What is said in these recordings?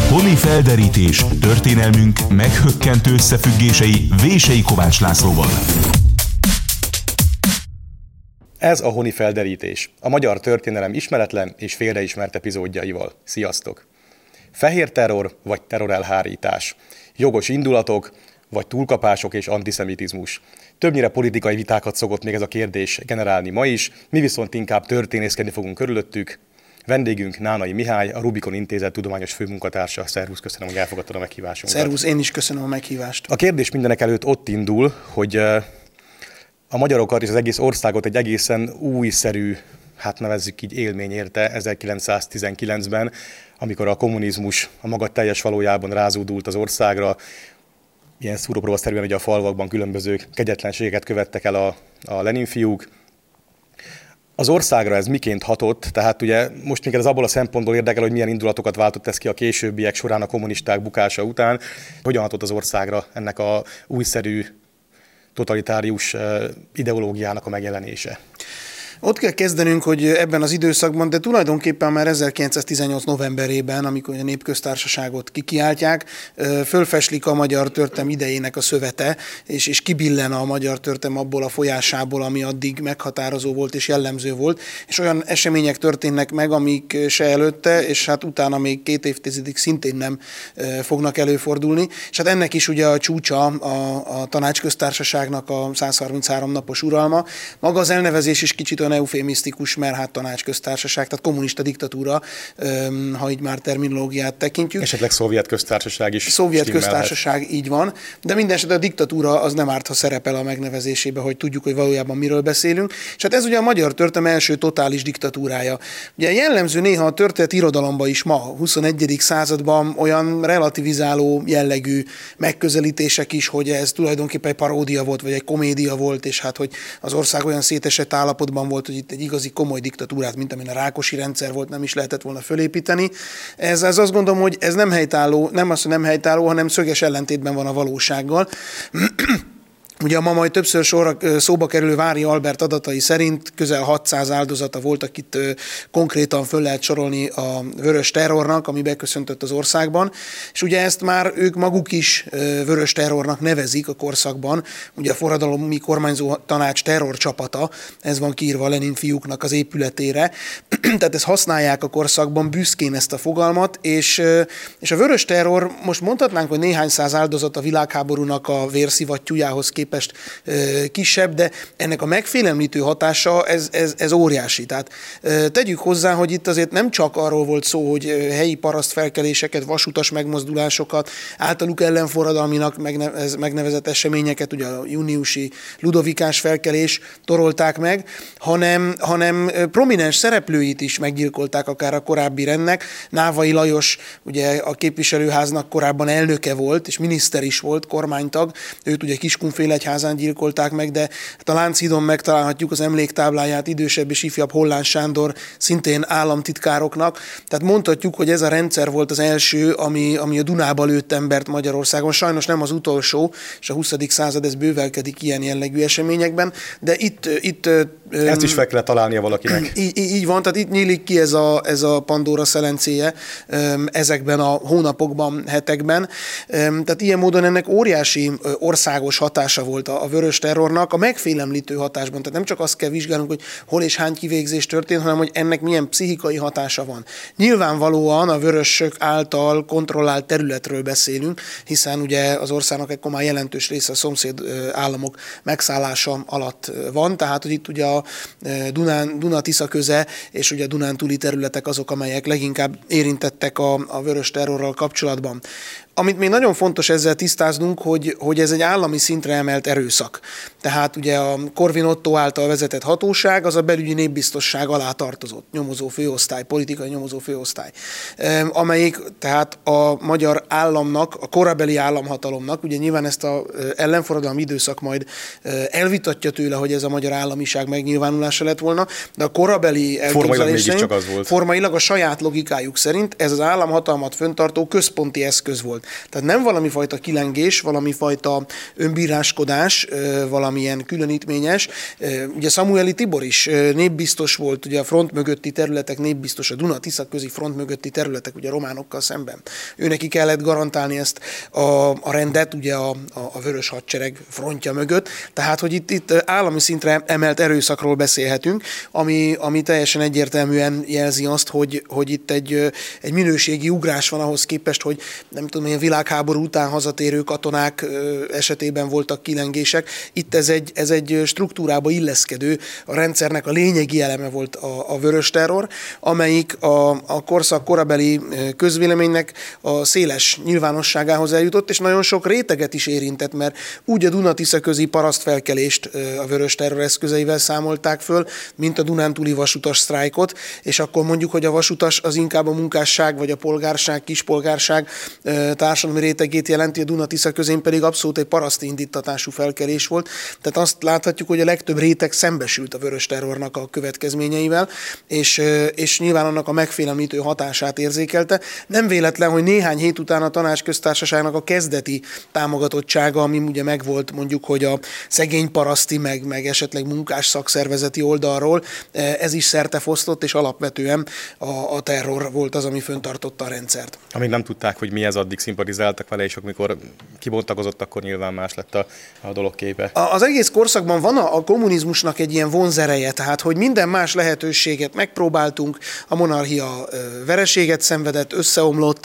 Honi felderítés, történelmünk meghökkentő összefüggései Vései Kovács Lászlóval. Ez a Honi felderítés, a magyar történelem ismeretlen és félreismert epizódjaival. Sziasztok! Fehér terror vagy terrorelhárítás, jogos indulatok vagy túlkapások és antiszemitizmus. Többnyire politikai vitákat szokott még ez a kérdés generálni ma is, mi viszont inkább történészkedni fogunk körülöttük. Vendégünk Nánai Mihály, a Rubikon Intézet tudományos főmunkatársa. Szervusz, köszönöm, hogy elfogadtad a meghívásunkat. Szervusz, én is köszönöm a meghívást. A kérdés mindenek előtt ott indul, hogy a magyarokat és az egész országot egy egészen újszerű, nevezzük így, élmény érte 1919-ben, amikor a kommunizmus a maga teljes valójában rázódult az országra. Ilyen szúrópróbaszerűen ugye a falvakban különböző kegyetlenségeket követtek el a Lenin fiúk. Az országra ez miként hatott, tehát ugye most minket ez abból a szempontból érdekel, hogy milyen indulatokat váltott ez ki a későbbiek során a kommunisták bukása után. Hogyan hatott az országra ennek a újszerű totalitárius ideológiának a megjelenése? Ott kell kezdenünk, hogy ebben az időszakban, de tulajdonképpen már 1918 novemberében, amikor a népköztársaságot kikiáltják, fölfeslik a magyar történelem idejének a szövete, és kibillen a magyar történelem abból a folyásából, ami addig meghatározó volt és jellemző volt, és olyan események történnek meg, amik se előtte, és hát utána még 2 évtizedig szintén nem fognak előfordulni. És hát ennek is ugye a csúcsa a tanácsköztársaságnak a 133 napos uralma. Maga az elnevezés is kicsit eufémisztikus, mert hát tanácsköztársaság, tehát kommunista diktatúra, ha így már terminológiát tekintjük. Esetleg szovjet köztársaság is. Szovjet köztársaság, így van. De mindenesetre a diktatúra az nem árt, ha szerepel a megnevezésébe, hogy tudjuk, hogy valójában miről beszélünk. És hát ez ugye a magyar történelem első totális diktatúrája. Ugye jellemző néha a történet irodalomban is ma, a 21. században olyan relativizáló jellegű megközelítések is, hogy ez tulajdonképpen egy paródia volt, vagy egy komédia volt, és hát, hogy az ország olyan szétesett állapotban volt, hogy itt egy igazi komoly diktatúrát, mint amilyen a Rákosi rendszer volt, nem is lehetett volna fölépíteni. Ez azt gondolom, hogy ez nem helytálló, nem az, hogy nem helytálló, hanem szöges ellentétben van a valósággal. Ugye a ma majd többször szóba kerülő Vári Albert adatai szerint közel 600 áldozata volt, akit konkrétan föl lehet sorolni a vörös terrornak, ami beköszöntött az országban. És ugye ezt már ők maguk is vörös terrornak nevezik a korszakban. Ugye a forradalomi kormányzó tanács terrorcsapata, ez van kiírva a Lenin fiúknak az épületére. Tehát ezt használják a korszakban büszkén ezt a fogalmat, és a vörös terror, most mondhatnánk, hogy néhány száz áldozat a világháborúnak a vérszivattyújához képest kisebb, de ennek a megfélemlítő hatása ez óriási. Tehát tegyük hozzá, hogy itt azért nem csak arról volt szó, hogy helyi parasztfelkeléseket, vasutas megmozdulásokat, általuk ellenforradalminak megnevezett eseményeket, ugye a júniusi ludovikás felkelés torolták meg, hanem prominens szereplőit is meggyilkolták akár a korábbi rendnek. Návai Lajos, ugye a képviselőháznak korábban elnöke volt, és miniszter is volt, kormánytag, őt ugye Kiskunfélegyházán gyilkolták meg, de hát a Lánchídon megtalálhatjuk az emléktábláját idősebb és ifjabb Hollán Sándor szintén államtitkároknak. Tehát mondhatjuk, hogy ez a rendszer volt az első, ami a Dunába lőtt embert Magyarországon. Sajnos nem az utolsó, és a 20. század ez bővelkedik ilyen jellegű eseményekben, de itt ezt is fel kellett találnia valakinek. Így van, tehát itt nyílik ki ez a Pandóra szelencéje ezekben a hónapokban, hetekben. Tehát ilyen módon ennek óriási országos hatása volt a vörös terrornak, a megfélemlítő hatásban. Tehát nem csak azt kell vizsgálnunk, hogy hol és hány kivégzés történt, hanem hogy ennek milyen pszichikai hatása van. Nyilvánvalóan a vörösök által kontrollált területről beszélünk, hiszen ugye az országnak egy komoly jelentős része a szomszéd államok megszállása alatt van, tehát hogy itt ugye a Duna-Tisza köze és ugye a Dunántúli területek azok, amelyek leginkább érintettek a vörös terrorral kapcsolatban. Amit még nagyon fontos ezzel tisztáznunk, hogy ez egy állami szintre emelt erőszak. Tehát ugye a Korvin Ottó által vezetett hatóság az a belügyi népbiztosság alá tartozott, nyomozó főosztály, politikai nyomozó főosztály, amelyik tehát a magyar államnak, a korabeli államhatalomnak, ugye nyilván ezt az ellenforradalmi időszak majd elvitatja tőle, hogy ez a magyar államiság megnyilvánulása lett volna, de a korabeli elképzelés szerint formailag a saját logikájuk szerint ez az államhatalmat fenntartó központi eszköz volt. Tehát nem valami fajta kilengés, valami fajta önbíráskodás, valamilyen különítményes. Ugye Samueli Tibor is népbiztos volt, ugye a front mögötti területek népbiztos, a Duna-Tisza közi front mögötti területek, ugye a románokkal szemben. Ő neki kellett garantálni ezt a rendet, ugye a Vörös Hadsereg frontja mögött. Tehát, hogy itt állami szintre emelt erőszakról beszélhetünk, ami teljesen egyértelműen jelzi azt, hogy itt egy minőségi ugrás van ahhoz képest, hogy nem tudom, ilyen világháború után hazatérő katonák esetében voltak kilengések. Itt ez egy struktúrába illeszkedő, a rendszernek a lényegi eleme volt a vörös terror, amelyik a korszak korabeli közvéleménynek a széles nyilvánosságához eljutott, és nagyon sok réteget is érintett, mert úgy a Duna-Tisza közi parasztfelkelést a vörös terror eszközeivel számolták föl, mint a dunántúli vasutas sztrájkot, és akkor mondjuk, hogy a vasutas az inkább a munkásság, vagy a polgárság, kispolgárság társadalmi rétegét jelenti, a Duna-Tisza közén pedig abszolút egy paraszti indítatású felkelés volt. Tehát azt láthatjuk, hogy a legtöbb réteg szembesült a vörös terrornak a következményeivel, és nyilván annak a megfélemlítő hatását érzékelte. Nem véletlen, hogy néhány hét után a Tanácsköztársaságnak a kezdeti támogatottsága, ami ugye megvolt mondjuk, hogy a szegény paraszti, meg esetleg munkás szakszervezeti oldalról, ez is szertefosztott, és alapvetően a terror volt az, ami föntartotta a rendszert. Amíg nem tudták, hogy mi ez, addig szimpatizáltak vele, és amikor kibontakozott, akkor nyilván más lett a dolog képe. Az egész korszakban van a kommunizmusnak egy ilyen vonzereje, tehát hogy minden más lehetőséget megpróbáltunk, a monarchia vereséget szenvedett, összeomlott,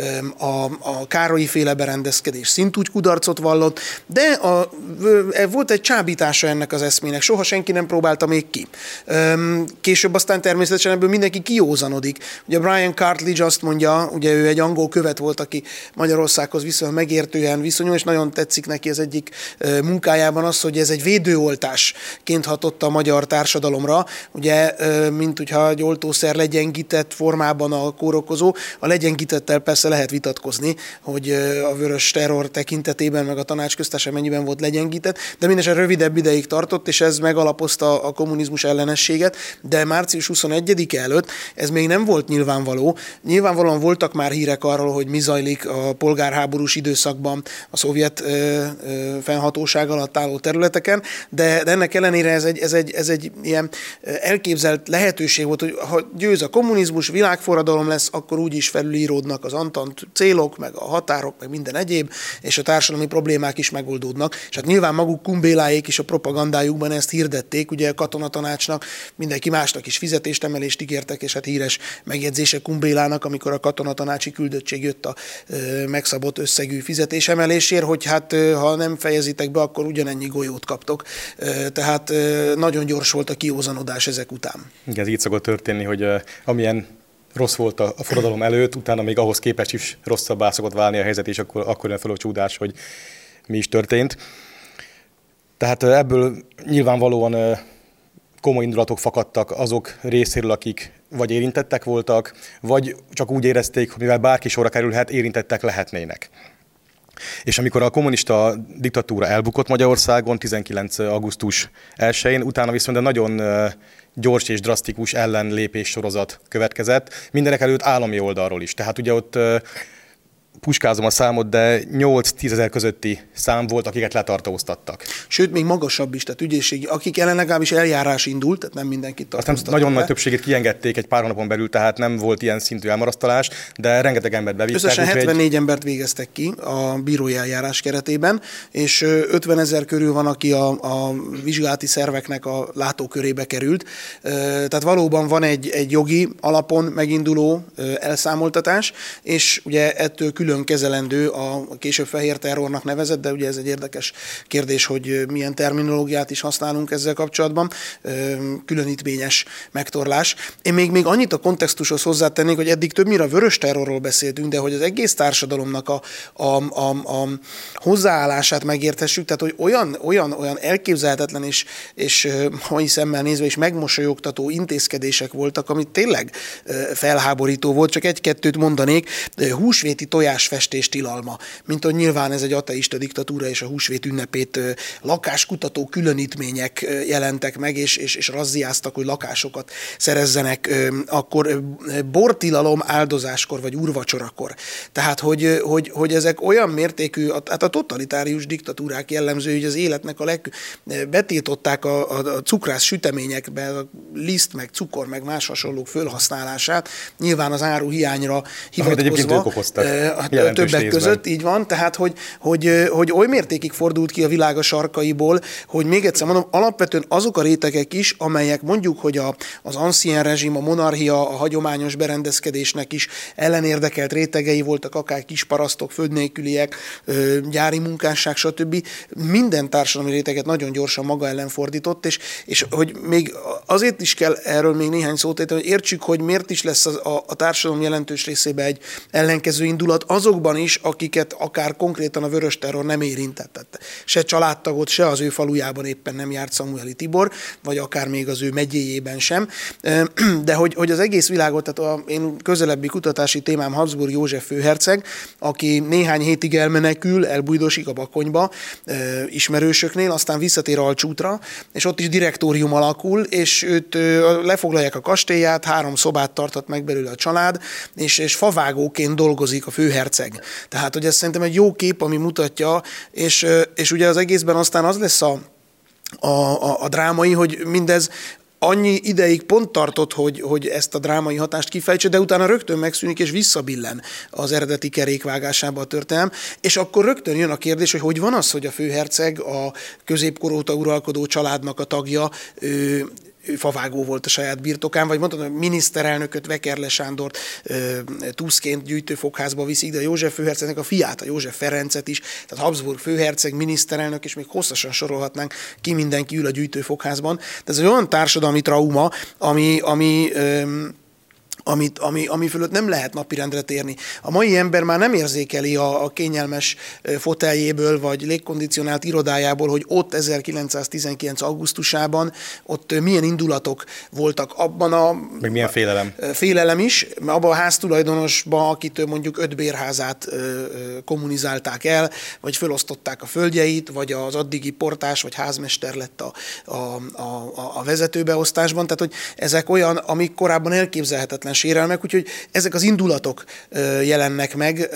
a Károlyi féle berendezkedés szintúgy kudarcot vallott, de volt egy csábítása ennek az eszmének, soha senki nem próbálta még ki. Később aztán természetesen ebből mindenki kiózanodik. Ugye Brian Cartledge azt mondja, ugye ő egy angol követ volt, aki Magyarországhoz viszonylag megértően viszonyul, és nagyon tetszik neki az egyik munkájában az, hogy ez egy védőoltásként hatott a magyar társadalomra, ugye, mint hogyha egy oltószer legyengített formában a kórokozó, a legyengítettel persze lehet vitatkozni, hogy a vörös terror tekintetében meg a Tanácsköztársaság mennyiben volt legyengített, de mindesetre rövidebb ideig tartott, és ez megalapozta a kommunizmus ellenességet, de március 21-e előtt ez még nem volt nyilvánvaló. Nyilvánvalóan voltak már hírek arról, hogy mi zajlik a polgárháborús időszakban a szovjet fennhatóság alatt álló területeken, de ennek ellenére ez egy ilyen elképzelt lehetőség volt, hogy ha győz a kommunizmus, világforradalom lesz, akkor úgyis felülíródnak az antant célok, meg a határok, meg minden egyéb, és a társadalmi problémák is megoldódnak. És hát nyilván maguk Kumbéláék is a propagandájukban ezt hirdették, ugye a katonatanácsnak, mindenki másnak is fizetéstemelést ígértek, és hát híres megjegyzése Kumbélának, amikor a katonatanácsi küldöttség jött a megszabott összegű fizetésemelésért, hogy hát ha nem fejezitek be, akkor ugyanennyi golyót kaptok. Tehát nagyon gyors volt a kiózanodás ezek után. Igen, ez így szokott történni, hogy amilyen rossz volt a forradalom előtt, utána még ahhoz képest is rosszabbá szokott válni a helyzet, és akkor jön fel a csúdás, hogy mi is történt. Tehát ebből nyilvánvalóan komoly indulatok fakadtak azok részéről, akik vagy érintettek voltak, vagy csak úgy érezték, hogy mivel bárki sorra kerülhet, érintettek lehetnének. És amikor a kommunista diktatúra elbukott Magyarországon 19. augusztus 1-én, utána viszont egy nagyon gyors és drasztikus ellenlépés sorozat következett, mindenek előtt állami oldalról is. Tehát ugye ott puskázom a számot, de 8-10 ezer közötti szám volt, akiket letartóztattak. Sőt, még magasabb is, tehát ügyészségi, akik ellen legalábbis eljárás indult, tehát nem mindenkit tartóztattak. Nagyon nagy többségét kiengedték egy pár hónapon belül, tehát nem volt ilyen szintű elmarasztalás, de rengeteg embert bevittek. Összesen 74 embert végeztek ki a bírói eljárás keretében, és 50 000 körül van, aki a vizsgálati szerveknek a látókörébe került. Tehát valóban van egy jogi alapon meginduló elszámoltatás, és ugye ettől külön kezelendő a később fehér terrornak nevezett, de ugye ez egy érdekes kérdés, hogy milyen terminológiát is használunk ezzel kapcsolatban. Különítményes megtorlás. Én még annyit a kontextushoz hozzátennék, hogy eddig többnyire a vörös terrorról beszéltünk, de hogy az egész társadalomnak a hozzáállását megérthessük, tehát hogy olyan elképzelhetetlen és mai szemmel nézve is megmosolyogtató intézkedések voltak, amit tényleg felháborító volt. Csak egy-kettőt mondanék. Húsvéti tojás tojásfestés tilalma, mint hogy nyilván ez egy ateista diktatúra, és a húsvét ünnepét lakáskutató különítmények jelentek meg, és razziáztak, hogy lakásokat szerezzenek, akkor bortilalom áldozáskor, vagy úrvacsorakor. Tehát, hogy ezek olyan mértékű, hát a totalitárius diktatúrák jellemző, hogy az életnek betiltották a cukrász süteményekbe, a liszt, meg cukor, meg más hasonlók fölhasználását, nyilván az áru hiányra hivatkozva, többek között, így van, tehát, hogy oly mértékig fordult ki a világ a sarkaiból, hogy még egyszer mondom, alapvetően azok a rétegek is, amelyek mondjuk, hogy az ancien rezsim, a monarchia, a hagyományos berendezkedésnek is ellenérdekelt rétegei voltak, akár kisparasztok, földnélküliek, gyári munkásság, stb. Minden társadalmi réteget nagyon gyorsan maga ellen fordított, és hogy még azért is kell erről még néhány szót ejteni, hogy értsük, hogy miért is lesz a társadalom jelentős részében egy ellenkező indulat azokban is, akiket akár konkrétan a vörös terror nem érintett. Se családtagot, se az ő falujában éppen nem járt Szamuely Tibor, vagy akár még az ő megyéjében sem. De hogy az egész világot, tehát én közelebbi kutatási témám Habsburg József főherceg, aki néhány hétig elmenekül, elbújdosik a Bakonyba ismerősöknél, aztán visszatér Alcsútra, és ott is direktórium alakul, és őt lefoglalják a kastélyát, 3 szobát tartott meg belőle a család, és favágóként dolgozik a főherceg. Tehát, hogy ez szerintem egy jó kép, ami mutatja, és ugye az egészben aztán az lesz a drámai, hogy mindez annyi ideig pont tartott, hogy ezt a drámai hatást kifejtse, de utána rögtön megszűnik, és visszabillen az eredeti kerékvágásába a történelem, és akkor rögtön jön a kérdés, hogy van az, hogy a főherceg a középkor óta uralkodó családnak a tagja, ő favágó volt a saját birtokán, vagy mondtam, hogy miniszterelnököt, Vekerle Sándort túszként gyűjtőfogházba viszik, de a József főhercegnek a fiát, a József Ferencet is, tehát Habsburg főherceg, miniszterelnök, és még hosszasan sorolhatnánk, ki mindenki ül a gyűjtőfogházban. De ez egy olyan társadalmi trauma, ami fölött nem lehet napirendre térni. A mai ember már nem érzékeli a kényelmes foteljéből, vagy légkondicionált irodájából, hogy ott 1919. augusztusában ott milyen indulatok voltak abban meg milyen félelem. Félelem is, abban a háztulajdonosban, akitől mondjuk 5 bérházát kommunizálták el, vagy felosztották a földjeit, vagy az addigi portás, vagy házmester lett a vezetőbeosztásban. Tehát, hogy ezek olyan, amik korábban elképzelhetetlen sérelmek, úgyhogy ezek az indulatok jelennek meg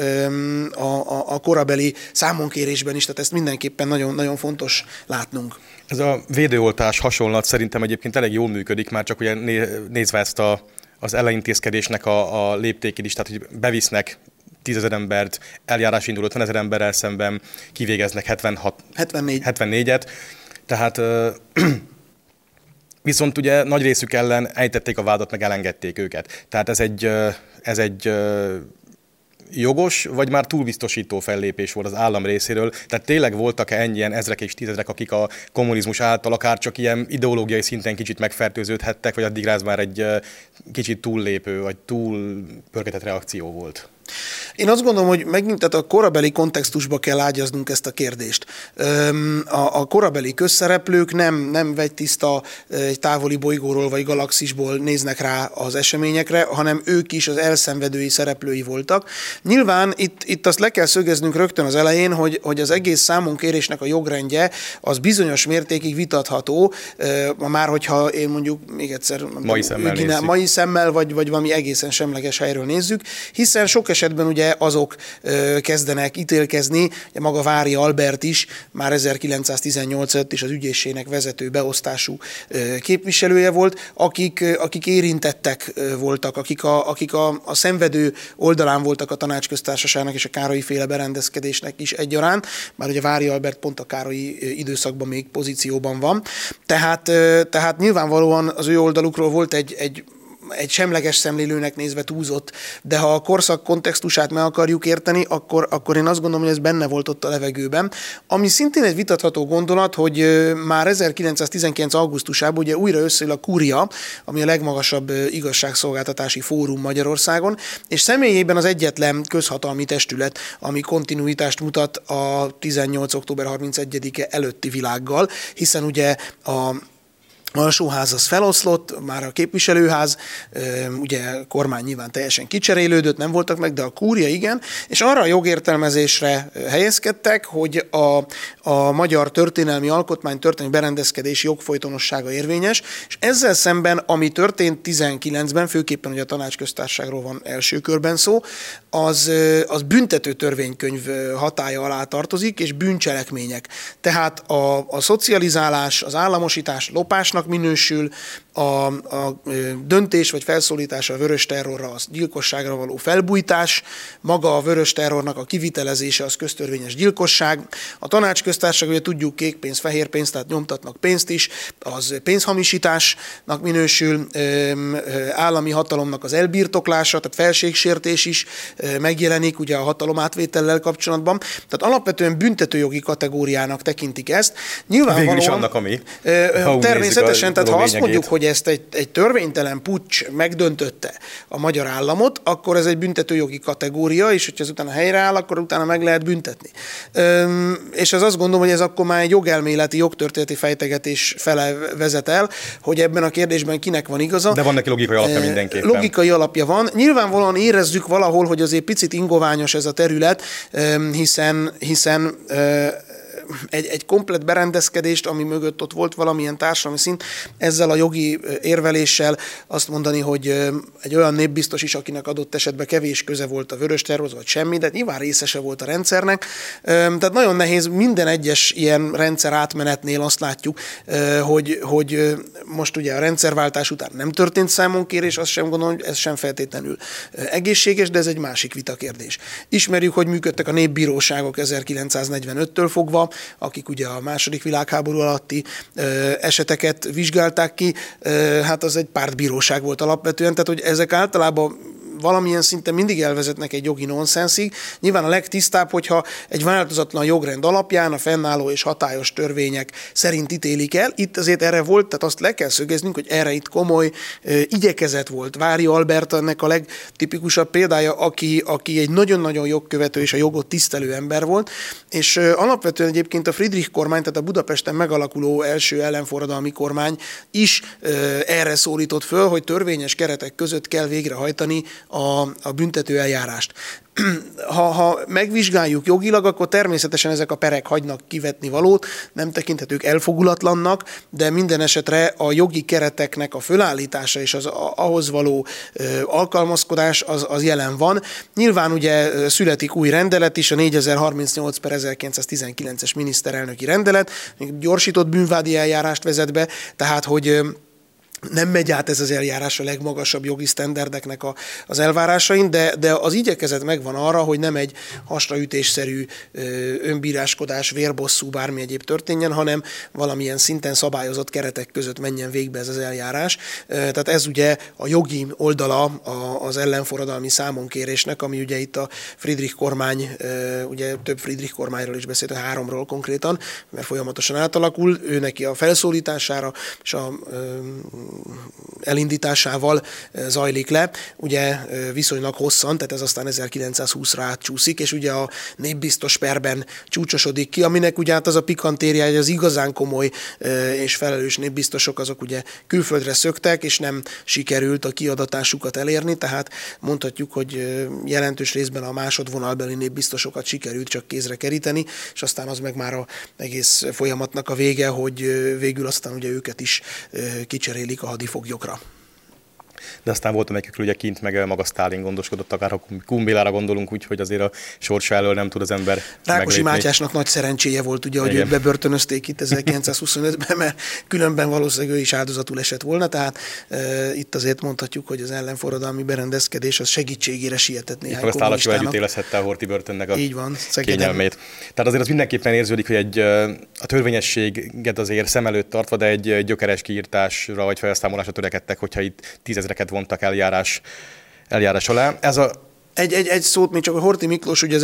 a korabeli számonkérésben is, tehát ezt mindenképpen nagyon, nagyon fontos látnunk. Ez a védőoltás hasonlat szerintem egyébként elég jól működik, már csak ugye nézve ezt az ellenintézkedésnek a léptékét is, tehát hogy bevisznek 10 000 embert, eljárás indul 50 000 emberrel szemben, kivégeznek 74-et, tehát viszont ugye nagy részük ellen ejtették a vádat, meg elengedték őket. Tehát ez egy jogos, vagy már túlbiztosító fellépés volt az állam részéről. Tehát tényleg voltak-e ennyien ezrek és tízezrek, akik a kommunizmus által akár csak ilyen ideológiai szinten kicsit megfertőződhettek, vagy addigra ez már egy kicsit túllépő, vagy túl pörgetett reakció volt? Én azt gondolom, hogy megint tehát a korabeli kontextusba kell ágyaznunk ezt a kérdést. A korabeli közszereplők nem vegytiszta egy távoli bolygóról vagy galaxisból néznek rá az eseményekre, hanem ők is az elszenvedői szereplői voltak. Nyilván itt azt le kell szögeznünk rögtön az elején, hogy az egész számonkérésnek a jogrendje az bizonyos mértékig vitatható, már hogyha én mondjuk még egyszer mai szemmel vagy valami egészen semleges helyről nézzük, hiszen sok esetben ugye azok kezdenek ítélkezni, maga Vári Albert is már 1918 előtt is az ügyészségnek vezető beosztású képviselője volt, akik érintettek voltak, akik a szenvedő oldalán voltak a Tanácsköztársaságnak és a Károlyi féle berendezkedésnek is egyaránt, már ugye Vári Albert pont a Károlyi időszakban még pozícióban van. Tehát nyilvánvalóan az ő oldalukról volt egy semleges szemlélőnek nézve túlzott, de ha a korszak kontextusát meg akarjuk érteni, akkor én azt gondolom, hogy ez benne volt ott a levegőben. Ami szintén egy vitatható gondolat, hogy már 1919. augusztusában ugye újra összeül a Kúria, ami a legmagasabb igazságszolgáltatási fórum Magyarországon, és személyében az egyetlen közhatalmi testület, ami kontinuitást mutat a 18. október 31-e előtti világgal, hiszen ugye alsóház az feloszlott, már a képviselőház, ugye kormány nyilván teljesen kicserélődött, nem voltak meg, de a kúria igen, és arra a jogértelmezésre helyezkedtek, hogy a magyar történelmi alkotmány történelmi berendezkedési jogfolytonossága érvényes, és ezzel szemben, ami történt 19-ben, főképpen, hogy a tanácsköztársaságról van első körben szó, az büntető törvénykönyv hatálya alá tartozik, és bűncselekmények. Tehát a szocializálás, az államosítás lopásnak minősül, a döntés vagy felszólítás a vörös terrorra, az gyilkosságra való felbújtás, maga a vörös terrornak a kivitelezése az köztörvényes gyilkosság. A tanácsköztársaság, ugye tudjuk, kék pénz, fehér pénz, tehát nyomtatnak pénzt is, az pénzhamisításnak minősül, állami hatalomnak az elbirtoklása, tehát felségsértés is megjelenik ugye a hatalomátvétellel kapcsolatban. Tehát alapvetően büntetőjogi kategóriának tekintik ezt. Nyilvánvalóan, végül is annak, ami. Természetesen, tehát ha azt mondjuk, hogy ezt egy törvénytelen puccs megdöntötte a magyar államot, akkor ez egy büntetőjogi kategória, és hogyha ez utána helyreáll, akkor utána meg lehet büntetni. És az azt gondolom, hogy ez akkor már egy jogelméleti, jogtörténeti fejtegetés fele vezet el, hogy ebben a kérdésben kinek van igaza. De van neki logikai alapja mindenképpen. Logikai alapja van. Nyilvánvalóan érezzük valahol, hogy azért picit ingoványos ez a terület, hiszen egy komplett berendezkedést, ami mögött ott volt valamilyen társadalmi szint, ezzel a jogi érveléssel azt mondani, hogy egy olyan népbiztos is, akinek adott esetben kevés köze volt a vörös terrorhoz, vagy semmi, de nyilván részese volt a rendszernek. Tehát nagyon nehéz minden egyes ilyen rendszer átmenetnél azt látjuk, hogy most ugye a rendszerváltás után nem történt számonkérés, azt sem gondolom, hogy ez sem feltétlenül egészséges, de ez egy másik vitakérdés. Ismerjük, hogy működtek a népbíróságok 1945-től fogva, akik ugye a második világháború alatti eseteket vizsgálták ki, hát az egy pártbíróság volt alapvetően, tehát hogy ezek általában valamilyen szinten mindig elvezetnek egy jogi nonszenszig. Nyilván a legtisztább, hogyha egy változatlan jogrend alapján a fennálló és hatályos törvények szerint ítélik el. Itt azért erre volt, tehát azt le kell szögeznünk, hogy erre itt komoly igyekezet volt. Vári Albert ennek a legtipikusabb példája, aki egy nagyon-nagyon jogkövető és a jogot tisztelő ember volt, és alapvetően egyébként a Friedrich kormány, tehát a Budapesten megalakuló első ellenforradalmi kormány is erre szólított föl, hogy törvényes keretek között kell végrehajtani a büntető eljárást. Ha megvizsgáljuk jogilag, akkor természetesen ezek a perek hagynak kivetni valót, nem tekinthetők elfogulatlannak, de minden esetre a jogi kereteknek a fölállítása és az ahhoz való alkalmazkodás az jelen van. Nyilván ugye születik új rendelet is, a 4038/1919-es miniszterelnöki rendelet, gyorsított bűnvádi eljárást vezet be, tehát hogy nem megy át ez az eljárás a legmagasabb jogi sztenderdeknek az elvárásain, de az igyekezet megvan arra, hogy nem egy hasraütésszerű önbíráskodás, vérbosszú, bármi egyéb történjen, hanem valamilyen szinten szabályozott keretek között menjen végbe ez az eljárás. Tehát ez ugye a jogi oldala az ellenforradalmi számonkérésnek, ami ugye itt a Friedrich kormány, ugye több Friedrich kormányról is beszélt, 3-ról konkrétan, mert folyamatosan átalakul, ő neki a felszólítására és a elindításával zajlik le, ugye viszonylag hosszan, tehát ez aztán 1920-ra átcsúszik, és ugye a népbiztos perben csúcsosodik ki, aminek ugye hát az a pikantériája, hogy az igazán komoly és felelős népbiztosok azok ugye külföldre szöktek, és nem sikerült a kiadatásukat elérni, tehát mondhatjuk, hogy jelentős részben a másodvonalbeli népbiztosokat sikerült csak kézre keríteni, és aztán az meg már az egész folyamatnak a vége, hogy végül aztán ugye őket is kicserélik a hadifoglyokra. De aztán volt amelyikükről ugye kint meg maga Sztálin gondoskodott, akár ha Kumbélára gondolunk úgy, hogy azért a sorsa elől nem tud az ember Rákosi Mátyásnak nagy szerencséje volt, ugye, hogy őt bebörtönözték itt 1925-ben, mert különben valószínűleg ő is áldozatul esett volna, tehát itt azért mondhatjuk, hogy az ellenforradalmi berendezkedés az segítségére sietett néhány kommunistának. Itt meg a együtt élezhette a Horthy börtönnek a kényelmét. Tehát azért az mindenképpen érződik, hogy a törvényességet azért szem előtt tartva, de egy gyökeres kiírtásra vagy felszámolásra törekedtek, hogyha itt 10 000-eket vontak eljárás alá. Ez a Egy szót még csak a Horthy Miklós ugye az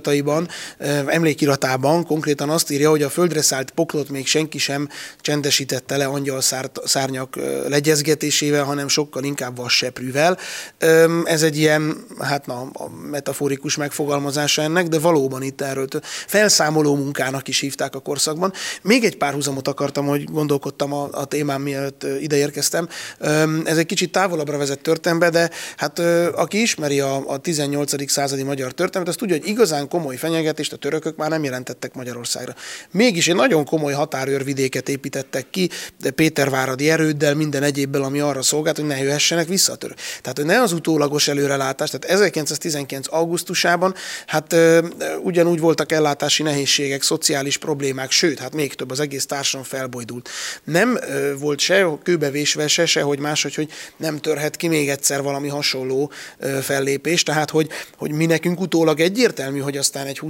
emlékiratában konkrétan azt írja, hogy a földre szállt poklot még senki sem csendesítette le angyal szárnyak legyezgetésével, hanem sokkal inkább vasseprűvel. Ez egy ilyen, a metaforikus megfogalmazása ennek, de valóban itt erről felszámoló munkának is hívták a korszakban. Még egy párhuzamot akartam, hogy gondolkodtam a témám mielőtt ide érkeztem. Ez egy kicsit távolabbra vezet történetbe, de hát aki ismeri a 18. századi magyar történetet, azt tudja, hogy igazán komoly fenyegetést a törökök már nem jelentettek Magyarországra. Mégis egy nagyon komoly határőrvidéket építettek ki, de péterváradi erőddel, minden egyébbel, ami arra szolgált, hogy ne jöhessenek vissza a török. Tehát, hogy ne az utólagos előrelátás, tehát 1919. augusztusában ugyanúgy voltak ellátási nehézségek, szociális problémák, sőt, hát még több, az egész társadalom felbojdult. Nem volt se kőbevésve, sehogy máshogy, hogy nem törhet ki még egyszer valami hasonló fellépés, tehát hogy mi nekünk utólag egyértelmű, hogy aztán egy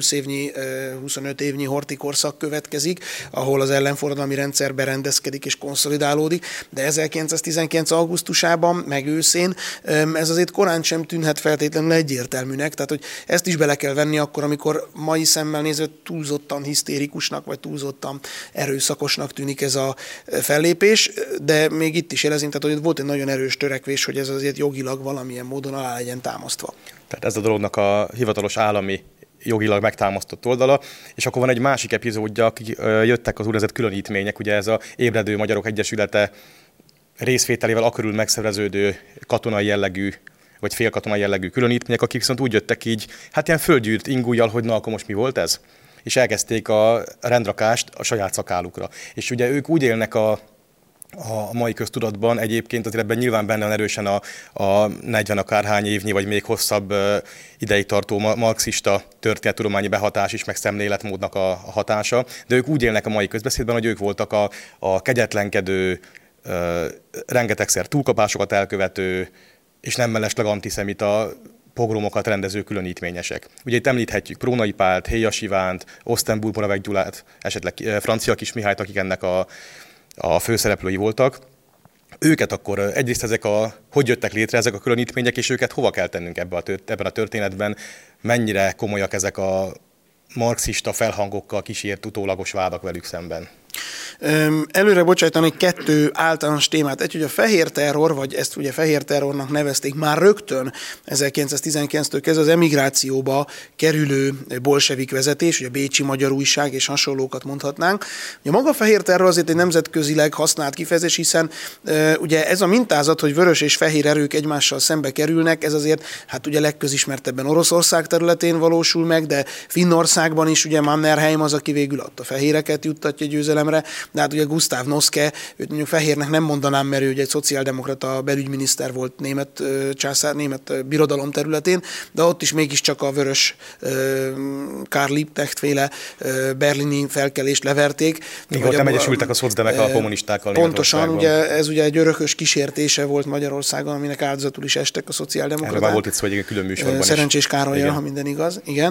25 évnyi Horthy korszak következik, ahol az ellenforradalmi rendszer berendezkedik és konszolidálódik, de 1919. augusztusában, meg őszén ez azért korán sem tűnhet feltétlenül egyértelműnek, tehát hogy ezt is bele kell venni akkor, amikor mai szemmel nézve túlzottan hisztérikusnak, vagy túlzottan erőszakosnak tűnik ez a fellépés, de még itt is jelezünk, tehát hogy volt egy nagyon erős törekvés, hogy ez azért jogilag valamilyen módon alá legyen támasztva. Tehát ez a dolognak a hivatalos állami jogilag megtámasztott oldala, és akkor van egy másik epizódja, akik jöttek az úgynevezett különítmények, ugye ez a Ébredő Magyarok Egyesülete részvételével akörül megszerveződő katonai jellegű, vagy félkatonai jellegű különítmények, akik viszont úgy jöttek így, hát ilyen földgyűrt ingújjal, hogy na, akkor most mi volt ez? És elkezdték a rendrakást a saját szakálukra. És ugye ők úgy élnek a mai köztudatban egyébként, azért ebben nyilván benne van erősen a 40 akárhány évnyi, vagy még hosszabb ideig tartó marxista történettudományi behatás is, meg szemléletmódnak a hatása, de ők úgy élnek a mai közbeszédben, hogy ők voltak a kegyetlenkedő, rengetegszer túlkapásokat elkövető, és nem mellesleg antiszemita pogromokat rendező különítményesek. Ugye itt említhetjük Prónai Pált, Héjas Ivánt, Osztenburg Moravek Gyulát, esetleg Francia Kis Mihályt, akik ennek a főszereplői voltak. Őket akkor egyrészt hogy jöttek létre ezek a különítmények, és őket hova kell tennünk ebben a történetben, mennyire komolyak ezek a marxista felhangokkal kísért utólagos vádak velük szemben. Előre bocsájtani 2 általános témát. Egy, hogy a fehér terror, vagy ezt ugye fehér terrornak nevezték már rögtön 1919-től kezdve az emigrációba kerülő bolsevik vezetés, ugye a Bécsi Magyar Újság és hasonlókat mondhatnánk. Ugye maga a fehér terror azért egy nemzetközileg használt kifejezés, hiszen ugye ez a mintázat, hogy vörös és fehér erők egymással szembe kerülnek, ez azért hát ugye legközismertebben Oroszország területén valósul meg, de Finnországban is ugye Mannerheim az, aki végül a fehéreket juttatja győzelemre, de hát ugye Gustav Noske, őt mondjuk fehérnek nem mondanám, mert ő ugye egy szociáldemokrata belügyminiszter volt német birodalom területén, de ott is mégiscsak a vörös Karl Liebknecht féle berlini felkelést leverték. Még ott nem egyesültek a szocdemek a kommunistákkal. Pontosan, ugye ez ugye egy örökös kísértése volt Magyarországon, aminek áldozatul is estek a szociáldemokraták. Erről már volt itt szó, hogy egy külön műsorban Szerencsés Károlyjal, ha minden igaz. Igen.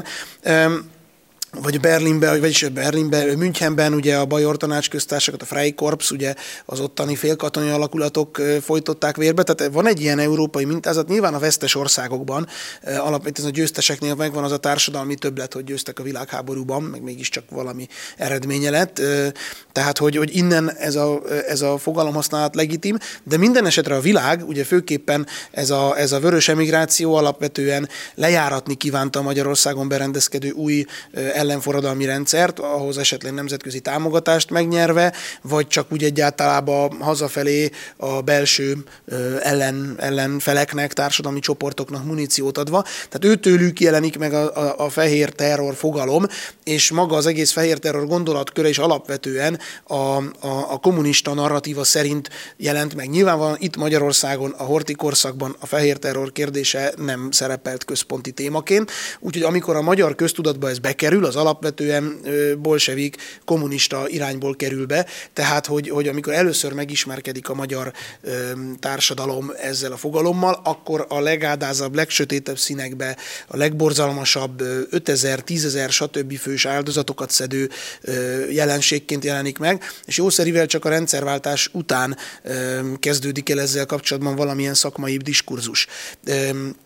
Vagy Berlinben, Münchenben ugye a Bajor Tanácsköztársakat, a Freikorps, ugye az ottani félkatonai alakulatok folytották vérbe, tehát van egy ilyen európai mintázat, nyilván a vesztes országokban, alapvetően a győzteseknél megvan az a társadalmi többlet, hogy győztek a világháborúban, meg mégiscsak valami eredménye lett, tehát hogy innen ez a fogalomhasználat legitim, de minden esetre a világ, ugye főképpen ez a vörös emigráció alapvetően lejáratni kívánta a Magyarországon berendezkedő új ellenforradalmi rendszert, ahhoz esetleg nemzetközi támogatást megnyerve, vagy csak úgy egyáltalában hazafelé a belső ellenfeleknek, társadalmi csoportoknak muníciót adva. Tehát őtőlük jelenik meg a fehér terror fogalom, és maga az egész fehér terror gondolatköre is alapvetően a kommunista narratíva szerint jelent meg. Nyilvánvalóan itt Magyarországon a Horthy korszakban a fehér terror kérdése nem szerepelt központi témaként, úgyhogy amikor a magyar köztudatba ez bekerül, az alapvetően bolsevik, kommunista irányból kerül be, tehát hogy amikor először megismerkedik a magyar társadalom ezzel a fogalommal, akkor a legádázabb, legsötétebb színekbe, a legborzalmasabb 5000, 10 000, stb. Fős áldozatokat szedő jelenségként jelenik meg, és jószerivel csak a rendszerváltás után kezdődik el ezzel kapcsolatban valamilyen szakmai diskurzus.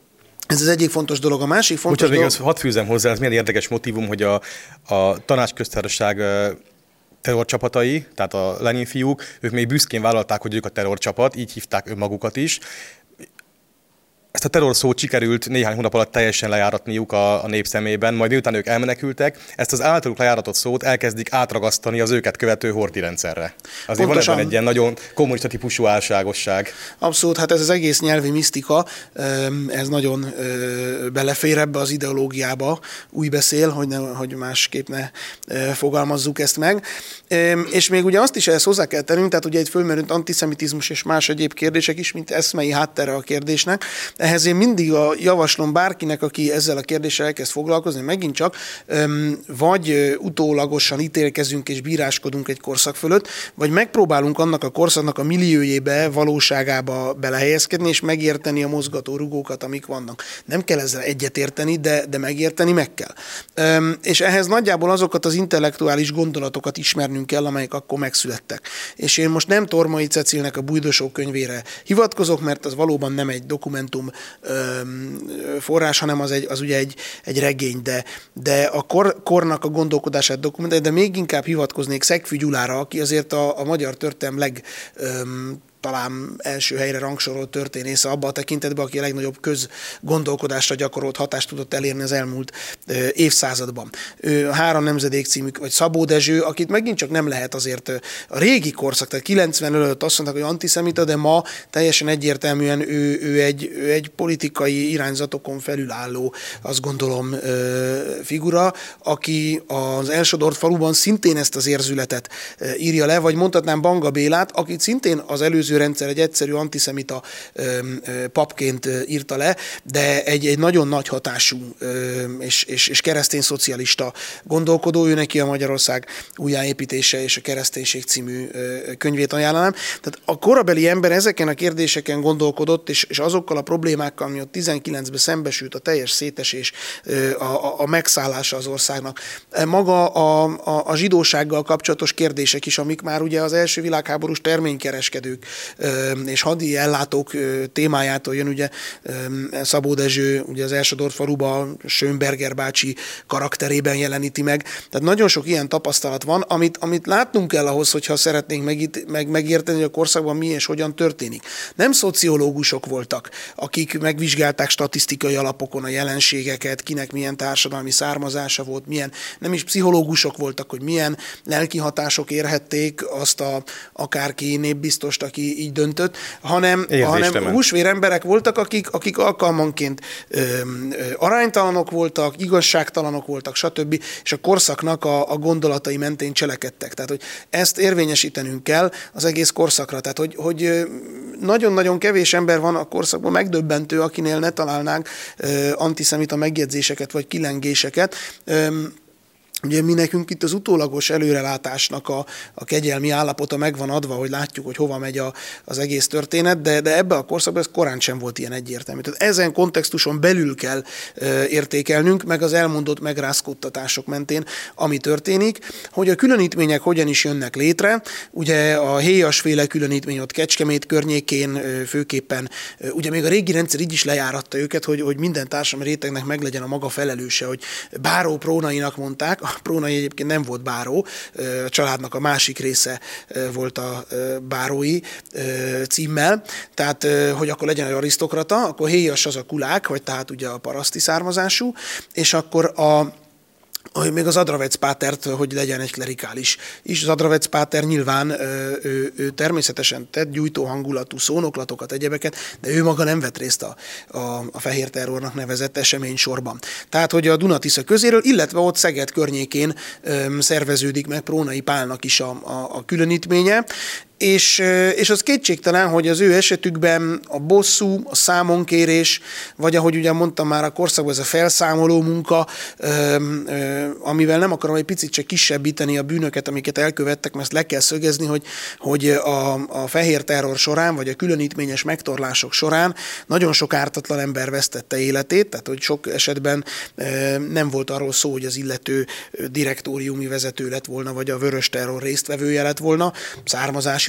Ez az egyik fontos dolog. A másik fontos dolog... Még hadd fűzem hozzá, ez milyen érdekes motivum, hogy a tanácsköztársaság terrorcsapatai, tehát a Lenin fiúk, ők még büszkén vállalták, hogy ők a terrorcsapat, így hívták önmagukat is. Ezt a terror szót sikerült néhány hónap alatt teljesen lejáratniuk a nép szemében, majd miután ők elmenekültek, ezt az általuk lejáratott szót elkezdik átragasztani az őket követő horthy rendszerre. Azért pontosan. Van ebben egy ilyen nagyon kommunista típusú álságosság. Abszolút, hát ez az egész nyelvi misztika, ez nagyon belefér ebbe az ideológiába, úgy beszél, hogy másképp ne fogalmazzuk ezt meg. És még ugye azt is ehhez hozzá kell tennünk, tehát ugye egy fölmerült antiszemitizmus és más egyéb kérdések is, mint eszmei háttere a kérdésnek. Ehhez én mindig javaslom bárkinek, aki ezzel a kérdéssel elkezd foglalkozni, megint csak vagy utólagosan ítélkezünk és bíráskodunk egy korszak fölött, vagy megpróbálunk annak a korszaknak a milliójébe, valóságába belehelyezkedni, és megérteni a mozgatórugókat, amik vannak. Nem kell ezzel egyetérteni, de megérteni meg kell. És ehhez nagyjából azokat az intellektuális gondolatokat ismernünk kell, amelyek akkor megszülettek. És én most nem Tormai Cecilnek a Bújdosó könyvére hivatkozok, mert az valóban nem egy dokumentum forrás, hanem az ugye egy regény, de a kornak a gondolkodását dokumentálja, de még inkább hivatkoznék Szegfű Gyulára, aki azért a magyar történelem talán első helyre rangsorolt történésze abban a tekintetben, aki a legnagyobb közgondolkodásra gyakorolt hatást tudott elérni az elmúlt évszázadban. A Három nemzedék című, vagy Szabó Dezső, akit megint csak nem lehet azért a régi korszak, tehát 90 előtt azt mondták, hogy antiszemita, de ma teljesen egyértelműen ő egy politikai irányzatokon felülálló, azt gondolom, figura, aki az elsodort faluban szintén ezt az érzületet írja le, vagy mondhatnám Banga Bélát, akit szintén az előző rendszer egy egyszerű antiszemita papként írta le, de egy nagyon nagy hatású és keresztény szocialista gondolkodó, ő neki a Magyarország újjáépítése és a Kereszténység című könyvét ajánlanám. Tehát a korabeli ember ezeken a kérdéseken gondolkodott, és azokkal a problémákkal, ami ott 19-ben szembesült, a teljes szétesés, a megszállása az országnak. Maga a zsidósággal kapcsolatos kérdések is, amik már ugye az első világháborús terménykereskedők és hadi ellátók témájától jön, ugye Szabó Dezső ugye az Elsodort faluba Schönberger bácsi karakterében jeleníti meg. Tehát nagyon sok ilyen tapasztalat van, amit látnunk kell ahhoz, hogyha szeretnénk megérteni, hogy a korszakban mi és hogyan történik. Nem szociológusok voltak, akik megvizsgálták statisztikai alapokon a jelenségeket, kinek milyen társadalmi származása volt, nem is pszichológusok voltak, hogy milyen lelki hatások érhették azt akárki népbiztost, aki így döntött, hanem húsvér emberek voltak, akik alkalmanként aránytalanok voltak, igazságtalanok voltak, stb. És a korszaknak a gondolatai mentén cselekedtek. Tehát, hogy ezt érvényesítenünk kell az egész korszakra. Tehát, hogy nagyon-nagyon kevés ember van a korszakban, megdöbbentő, akinél ne találnánk antiszemita megjegyzéseket vagy kilengéseket. Ugye mi nekünk itt az utólagos előrelátásnak a kegyelmi állapota megvan adva, hogy látjuk, hogy hova megy az egész történet, de ebben a korszakban ez korán sem volt ilyen egyértelmű. Tehát ezen kontextuson belül kell értékelnünk, meg az elmondott megrázkódtatások mentén, ami történik, hogy a különítmények hogyan is jönnek létre. Ugye a héjasféle különítmény ott Kecskemét környékén főképpen, ugye még a régi rendszer így is lejáratta őket, hogy minden társadalmi rétegnek meglegyen a maga felelőse, hogy báró prónainak mondták. Prónai egyébként nem volt báró, a családnak a másik része volt a bárói címmel, tehát hogy akkor legyen egy arisztokrata, akkor héjas az a kulák, vagy tehát ugye a paraszti származású, és akkor még az Adravec pátert, hogy legyen egy klerikális is. Az Adravec páter nyilván ő természetesen tett gyújtó hangulatú szónoklatokat, egyebeket, de ő maga nem vett részt a fehér terrornak nevezett eseménysorban. Tehát, hogy a Duna-Tisza közéről, illetve ott Szeged környékén szerveződik meg Prónai Pálnak is a különítménye, és az kétségtelen, hogy az ő esetükben a bosszú, a számonkérés, vagy ahogy ugye mondtam már a korszakban, ez a felszámoló munka, amivel nem akarom egy picit csak kisebbíteni a bűnöket, amiket elkövettek, mert ezt le kell szögezni, hogy a fehér terror során, vagy a különítményes megtorlások során nagyon sok ártatlan ember vesztette életét, tehát hogy sok esetben nem volt arról szó, hogy az illető direktóriumi vezető lett volna, vagy a vörös terror résztvevője lett volna, származási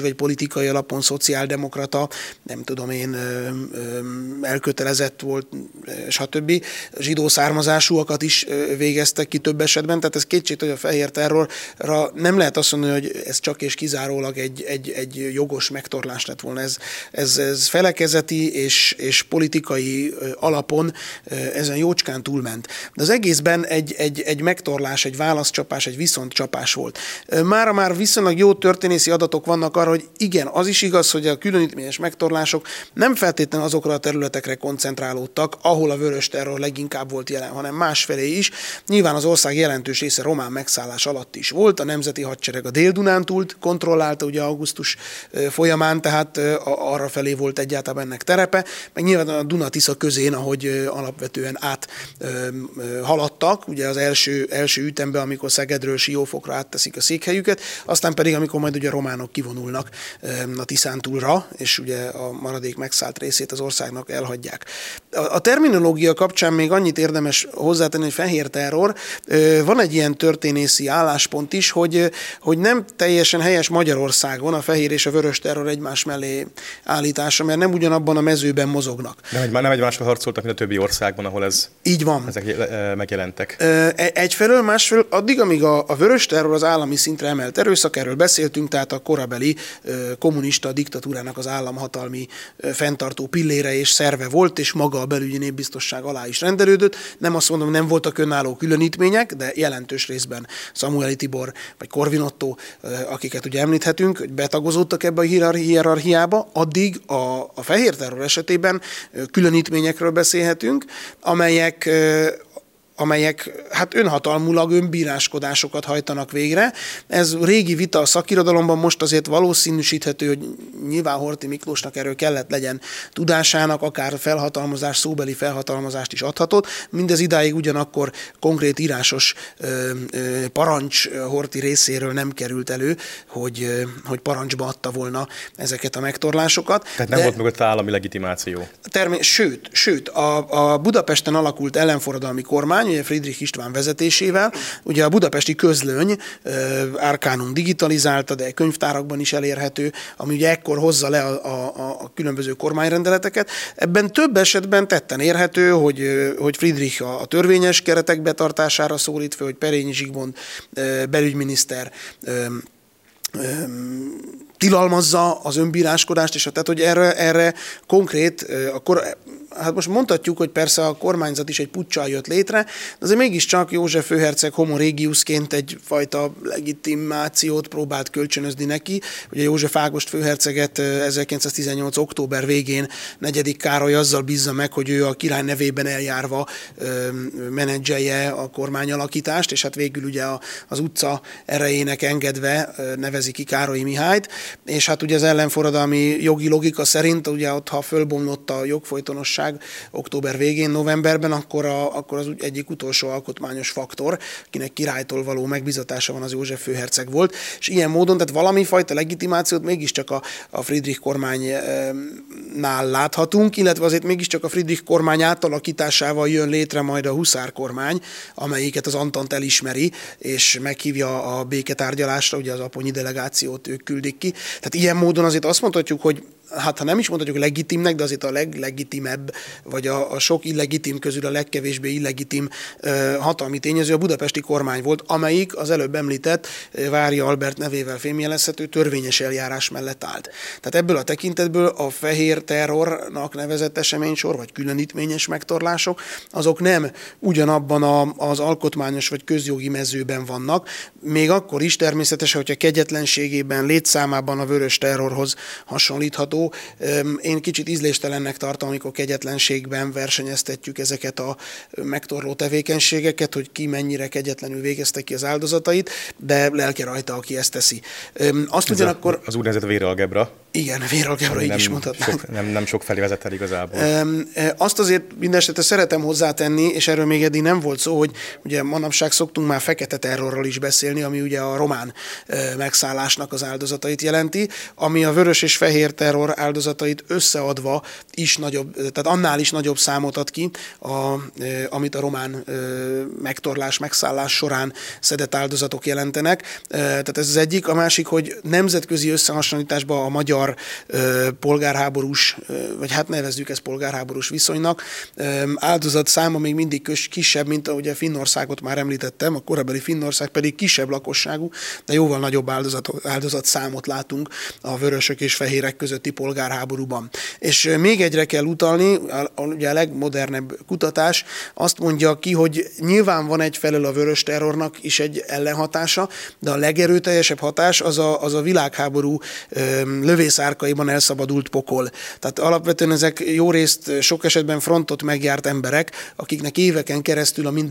vallási vagy politikai alapon szociáldemokrata, nem tudom én, elkötelezett volt, stb. Zsidó származásúakat is végeztek ki több esetben, tehát ez kétségtelen, hogy a fehér terrorra nem lehet azt mondani, hogy ez csak és kizárólag egy jogos megtorlás lett volna. Ez felekezeti és politikai alapon ezen jócskán túlment. De az egészben egy megtorlás, egy válaszcsapás, egy viszontcsapás volt. Mára már viszonylag jó történészi adatok vannak arra, hogy igen, az is igaz, hogy a különítményes megtorlások nem feltétlenül azokra a területekre koncentrálódtak, ahol a vörös terror leginkább volt jelen, hanem másfelé is. Nyilván az ország jelentős része román megszállás alatt is volt, a nemzeti hadsereg a Dél-Dunántúlt kontrollálta ugye augusztus folyamán, tehát arra felé volt egyáltalán ennek terepe, meg nyilván a Duna-Tisza közén, ahogy alapvetően áthaladtak, ugye az első ütemben, amikor Szegedről Siófokra átteszik a székhelyüket, aztán pedig, amikor majd ugye a románok kivonulnak a Tiszántúlra, és ugye a maradék megszállt részét az országnak elhagyják. A terminológia kapcsán még annyit érdemes hozzátenni, hogy fehér terror, van egy ilyen történészi álláspont is, hogy nem teljesen helyes Magyarországon a fehér és a vörös terror egymás mellé állítása, mert nem ugyanabban a mezőben mozognak. Nem egymásra harcoltak, mint a többi országban, ahol így van. Ezek megjelentek. Egyfelől, másfelől addig, amíg a vörös terror az állami szintre emelt erőszak, erről beszéltünk, tehát a korabeli kommunista diktatúrának az államhatalmi fenntartó pillére és szerve volt, és maga a belügyi népbiztosság alá is rendelődött. Nem azt mondom, nem voltak önálló különítmények, de jelentős részben Samueli Tibor vagy Korvin Otto, akiket ugye említhetünk, hogy betagozódtak ebbe a hierarchiába, addig a fehér terror esetében különítményekről beszélhetünk, amelyek hát önhatalmulag önbíráskodásokat hajtanak végre. Ez régi vita a szakirodalomban, most azért valószínűsíthető, hogy nyilván Horthy Miklósnak erről kellett legyen tudásának, akár felhatalmazás, szóbeli felhatalmazást is adhatott. Mindez idáig ugyanakkor konkrét írásos parancs Horthy részéről nem került elő, hogy parancsba adta volna ezeket a megtorlásokat. Tehát nem volt mögött állami legitimáció. Sőt, a Budapesten alakult ellenforradalmi kormány, ugye Friedrich István vezetésével, ugye a budapesti közlöny Arcanum digitalizálta, de könyvtárakban is elérhető, ami ugye ekkor hozza le a különböző kormányrendeleteket. Ebben több esetben tetten érhető, hogy Friedrich a törvényes keretek betartására szólít fel, hogy Perényi Zsigmond belügyminiszter tilalmazza az önbíráskodást, és tehát, hogy erre konkrét, hát most mondhatjuk, hogy persze a kormányzat is egy puccsal jött létre, de azért mégiscsak József főherceg homo regiusként egyfajta legitimációt próbált kölcsönözni neki. Ugye József Ágost főherceget 1918. október végén 4. Károly azzal bízza meg, hogy ő a király nevében eljárva menedzselje a kormányalakítást, és hát végül ugye az utca erejének engedve nevezi ki Károlyi Mihályt, és hát ugye az ellenforradalmi jogi logika szerint, ugye ott, ha fölbomlott a jogfolytonosság október végén, novemberben, akkor az egyik utolsó alkotmányos faktor, akinek királytól való megbízatása van, az József főherceg volt, és ilyen módon, tehát valami fajta legitimációt mégiscsak a Friedrich kormánynál láthatunk, illetve azért mégiscsak a Friedrich kormány átalakításával jön létre majd a Huszár kormány, amelyiket az Antant elismeri, és meghívja a béketárgyalásra, ugye az aponyi delegációt ők küldik ki. Tehát ilyen módon azért azt mondhatjuk, hogy hát ha nem is mondhatjuk legitimnek, de azért a leglegitimebb, vagy a sok illegitim közül a legkevésbé illegitim hatalmi tényező a budapesti kormány volt, amelyik az előbb említett Várja Albert nevével fémjelezhető törvényes eljárás mellett állt. Tehát ebből a tekintetből a fehér terrornak nevezett eseménysor, vagy különítményes megtorlások, azok nem ugyanabban az alkotmányos vagy közjogi mezőben vannak, még akkor is természetesen, hogyha kegyetlenségében, létszámában a vörös terrorhoz hasonlítható. Én kicsit ízléstelennek tartom, amikor kegyetlenségben versenyeztetjük ezeket a megtorló tevékenységeket, hogy ki mennyire kegyetlenül végezte ki az áldozatait, de lelke rajta, aki ezt teszi. Az úgynevezett véralgebra. Igen, véralgebra, így is mondhatnánk. Nem sok felé vezet el igazából. Azt azért mindenesetre szeretem hozzátenni, és erről még eddig nem volt szó, hogy ugye manapság szoktunk már fekete terrorról is beszélni, ami ugye a román megszállásnak az áldozatait jelenti, ami a vörös és fehér terror terror áldozatait összeadva is nagyobb, tehát annál is nagyobb számot ad ki, amit a román megtorlás, megszállás során szedett áldozatok jelentenek. Tehát ez az egyik. A másik, hogy nemzetközi összehasonlításban a magyar polgárháborús, vagy hát nevezzük ezt polgárháborús viszonynak, áldozat száma még mindig kisebb, mint ahogy a Finnországot már említettem, a korabeli Finnország pedig kisebb lakosságú, de jóval nagyobb áldozat számot látunk a vörösök és fehérek közötti polgárháborúban. És még egyre kell utalni, ugye a legmodernebb kutatás azt mondja ki, hogy nyilván van egyfelől a vörös terrornak is egy ellenhatása, de a legerőteljesebb hatás az a világháború lövészárkaiban elszabadult pokol. Tehát alapvetően ezek jó részt sok esetben frontot megjárt emberek, akiknek éveken keresztül a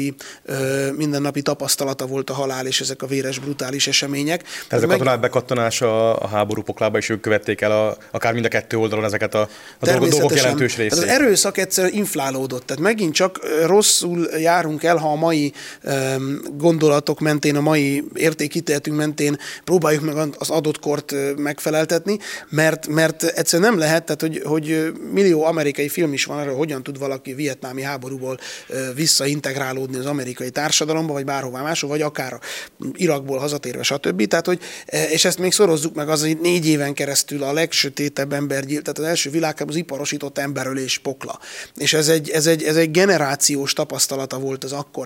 mindennapi tapasztalata volt a halál és ezek a véres, brutális események. Tehát ez a katonák bekattanása a háború poklába, és ők követték el akár mind a kettő oldalon ezeket a dolgok jelentős részét. Az erőszak egyszerűen inflálódott. Tehát megint csak rosszul járunk el, ha a mai gondolatok mentén, a mai értékítéletünk mentén próbáljuk meg az adott kort megfeleltetni, mert egyszerűen nem lehet, tehát hogy millió amerikai film is van arról, hogyan tud valaki vietnámi háborúból visszaintegrálódni az amerikai társadalomba, vagy bárhová máshol, vagy akár Irakból hazatérve, stb. Tehát, és ezt még szorozzuk meg az, hogy 4 éven keresztül a legsötétebb embergyilkos, tehát az első világháború az iparosított emberölés pokla. És ez egy generációs tapasztalata volt az akkor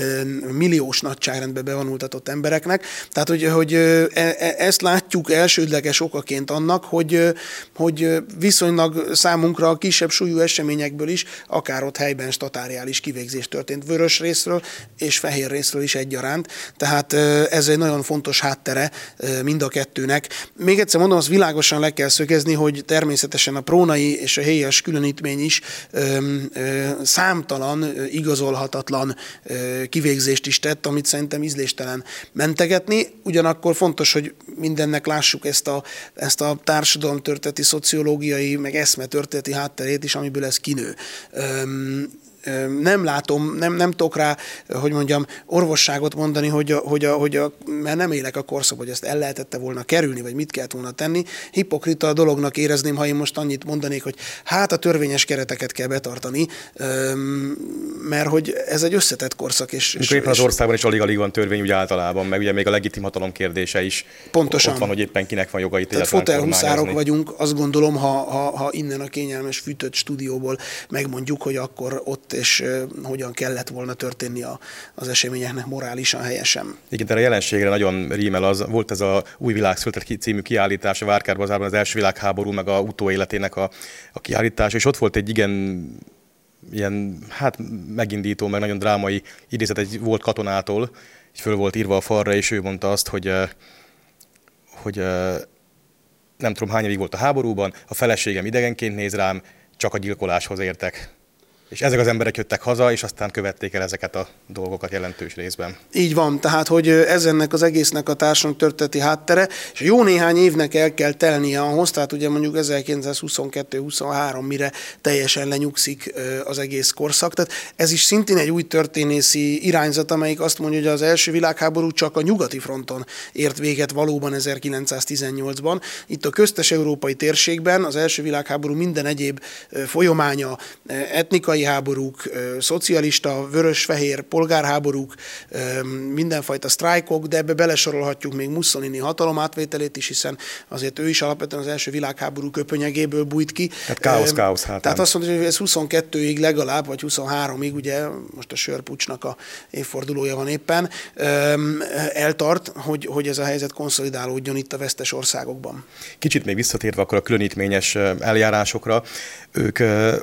milliós nagyságrendbe bevonultatott embereknek. Tehát, hogy ezt látjuk elsődleges okaként annak, hogy viszonylag számunkra a kisebb súlyú eseményekből is, akár ott helyben statáriális kivégzés történt vörös részről és fehér részről is egyaránt. Tehát ez egy nagyon fontos háttere mind a kettőnek. Még egyszer mondom, azt világosan le kell szögezni, hogy természetesen a prónai és a héjas különítmény is számtalan, igazolhatatlan kivégzést is tett, amit szerintem ízléstelen mentegetni. Ugyanakkor fontos, hogy mindennek lássuk ezt a társadalomtörténeti, szociológiai, meg eszmetörténeti hátterét is, amiből ez kinő. Nem látom, nem tudok rá, hogy mondjam, orvosságot mondani, mert nem élek a korszakban, hogy ezt el lehetette volna kerülni, vagy mit kellett volna tenni. Hipokrita a dolognak érezném, ha én most annyit mondanék, hogy hát a törvényes kereteket kell betartani, mert hogy ez egy összetett korszak. És éppen az országban is alig-alig van törvény úgy általában, meg ugye még a legitim hatalom kérdése is pontosan. Ott van, hogy éppen kinek van jogait egyáltalán kormányozni. Fotelhuszárok vagyunk, azt gondolom, ha innen a kényelmes fűtött stúdióból megmondjuk, hogy akkor ott és hogyan kellett volna történni az eseményeknek morálisan helyesen. Igen, de a jelenségre nagyon rímel volt ez a Új világ született című kiállítás a Várkárpazárban, az első világháború, meg a utóéletének a kiállítás, és ott volt egy ilyen megindító, meg nagyon drámai idézet egy volt katonától, így föl volt írva a falra, és ő mondta azt, hogy nem tudom hány évig volt a háborúban, a feleségem idegenként néz rám, csak a gyilkoláshoz értek. És ezek az emberek jöttek haza, és aztán követték el ezeket a dolgokat jelentős részben. Így van, tehát, hogy ez ennek az egésznek a társadalomtörténeti háttere, és jó néhány évnek el kell telnie ahhoz, tehát ugye mondjuk 1922-23, mire teljesen lenyugszik az egész korszak. Tehát ez is szintén egy új történészi irányzat, amelyik azt mondja, hogy az első világháború csak a nyugati fronton ért véget valóban 1918-ban. Itt a köztes európai térségben az első világháború minden egyéb folyamánya, etnikai háborúk, szocialista, vörös-fehér polgárháborúk, mindenfajta sztrájkok, de ebbe belesorolhatjuk még Mussolini hatalomátvételét is, hiszen azért ő is alapvetően az első világháború köpönyegéből bújt ki. Tehát káosz. Tehát azt mondja, hogy ez 22-ig legalább, vagy 23-ig, ugye most a sörpucsnak a évfordulója van éppen, eltart, hogy ez a helyzet konszolidálódjon itt a vesztes országokban. Kicsit még visszatérve akkor a különítményes eljárásokra, ők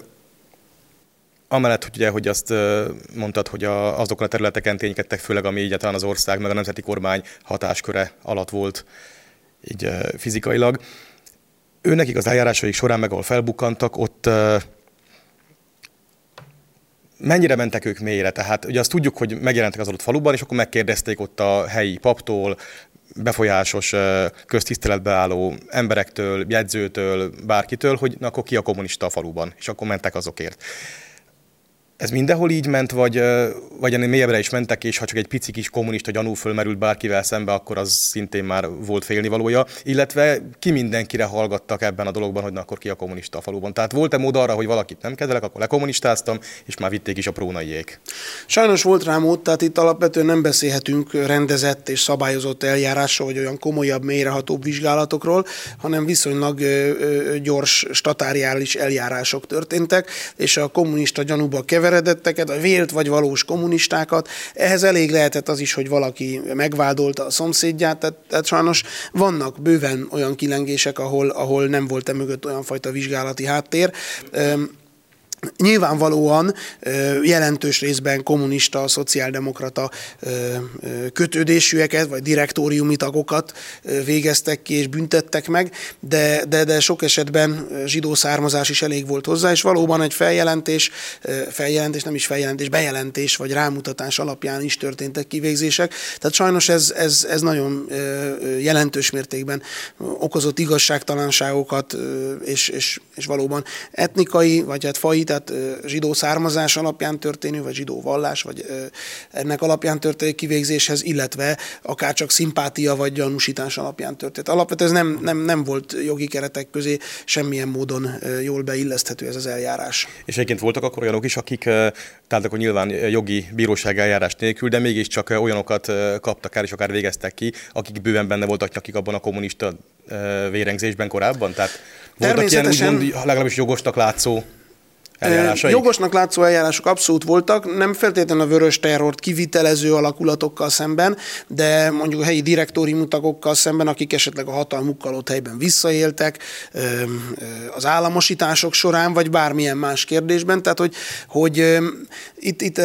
amellett, hogy azt mondtad, hogy azokon a területeken ténykedtek, főleg ami így talán az ország, meg a nemzeti kormány hatásköre alatt volt így fizikailag. Őnekik az eljárásaik során, meg ahol felbukkantak, ott mennyire mentek ők mélyre? Tehát ugye azt tudjuk, hogy megjelentek az adott faluban, és akkor megkérdezték ott a helyi paptól, befolyásos, köztiszteletbe álló emberektől, jegyzőtől, bárkitől, hogy na, akkor ki a kommunista a faluban, és akkor mentek azokért. Ez mindenhol így ment, vagy ennél mélyebbre is mentek, és ha csak egy pici kis kommunista gyanú fölmerült bárkivel szembe, akkor az szintén már volt félnivalója, illetve ki mindenkire hallgattak ebben a dologban, hogy na akkor ki a kommunista a faluban. Tehát volt-e mód arra, hogy valakit nem kezelek, akkor lekommunistáztam, és már vitték is a prónaiék. Sajnos volt rá mód, tehát itt alapvetően nem beszélhetünk rendezett és szabályozott eljárásról, vagy olyan komolyabb, mélyrehatóbb vizsgálatokról, hanem viszonylag gyors, statáriális eljárások történtek, és a kommunista gyanúba keveredetteket, a vélt vagy valós kommunistákat. Ehhez elég lehetett az is, hogy valaki megvádolta a szomszédját, tehát sajnos vannak bőven olyan kilengések, ahol nem volt mögött olyan fajta vizsgálati háttér. Nyilvánvalóan jelentős részben kommunista, szociáldemokrata kötődésűeket, vagy direktóriumi tagokat végeztek ki és büntettek meg, de sok esetben zsidó származás is elég volt hozzá, és valóban egy bejelentés, vagy rámutatás alapján is történtek kivégzések. Tehát sajnos ez nagyon jelentős mértékben okozott igazságtalanságokat, és valóban etnikai, vagy hát faji, tehát zsidó származás alapján történő, vagy zsidó vallás, vagy ennek alapján történő kivégzéshez, illetve akár csak szimpátia vagy gyanúsítás alapján történt. Alapvetően ez nem volt jogi keretek közé semmilyen módon jól beilleszthető ez az eljárás. És egyébként voltak akkor olyanok is, akik, tehát akkor nyilván jogi bíróság eljárás nélkül, de mégiscsak olyanokat kaptak el, és akár végeztek ki, akik bőven benne voltak nyakik abban a kommunista vérengzésben korábban? Tehát voltak ilyen úgymond legalábbis jogosnak látszó eljárásaik? Jogosnak látszó eljárások abszolút voltak, nem feltétlenül a vörös terrort kivitelező alakulatokkal szemben, de mondjuk a helyi direktóriumi tagokkal szemben, akik esetleg a hatalmukkal ott helyben visszaéltek az államosítások során, vagy bármilyen más kérdésben. Tehát, hogy itt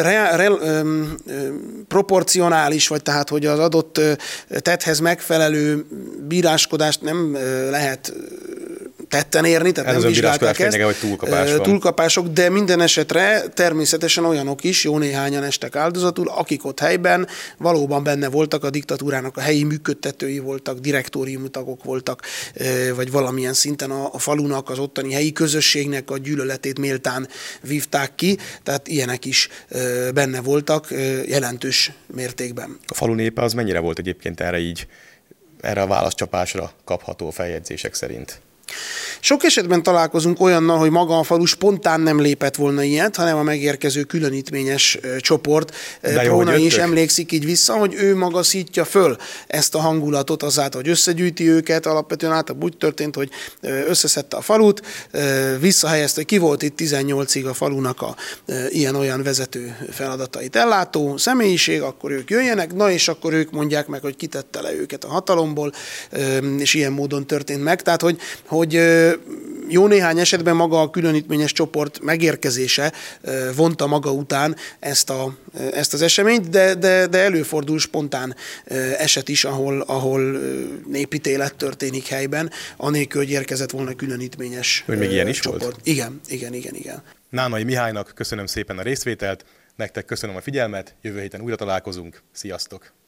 proporcionális, vagy tehát, hogy az adott tetthez megfelelő bíráskodást nem lehet tetten érni, tehát nem vizsgálták ezt. Hogy túlkapás van. Túlkapások, de minden esetre természetesen olyanok is, jó néhányan estek áldozatul, akik ott helyben valóban benne voltak, a diktatúrának a helyi működtetői voltak, direktóriumi tagok voltak, vagy valamilyen szinten a falunak, az ottani helyi közösségnek a gyűlöletét méltán vívták ki, tehát ilyenek is benne voltak jelentős mértékben. A falu népe az mennyire volt egyébként erre a válaszcsapásra kapható feljegyzések szerint? Sok esetben találkozunk olyannal, hogy maga a falu spontán nem lépett volna ilyet, hanem a megérkező különítményes csoport. Prónai is emlékszik így vissza, hogy ő maga szítja föl ezt a hangulatot azáltal, hogy összegyűjti őket. Alapvetően általában úgy történt, hogy összeszedte a falut, visszahelyezte, hogy ki volt itt 18-ig a falunak a ilyen-olyan vezető feladatait ellátó személyiség, akkor ők jöjjenek, na és akkor ők mondják meg, hogy kitette le őket a hatalomból, és ilyen módon történt meg. Tehát, hogy jó néhány esetben maga a különítményes csoport megérkezése vonta maga után ezt az eseményt, de előfordul spontán eset is, ahol népítélet történik helyben, anélkül, hogy érkezett volna különítményes hogy még ilyen is csoport. Volt? Igen. Nánai Mihálynak köszönöm szépen a részvételt, nektek köszönöm a figyelmet, jövő héten újra találkozunk, sziasztok!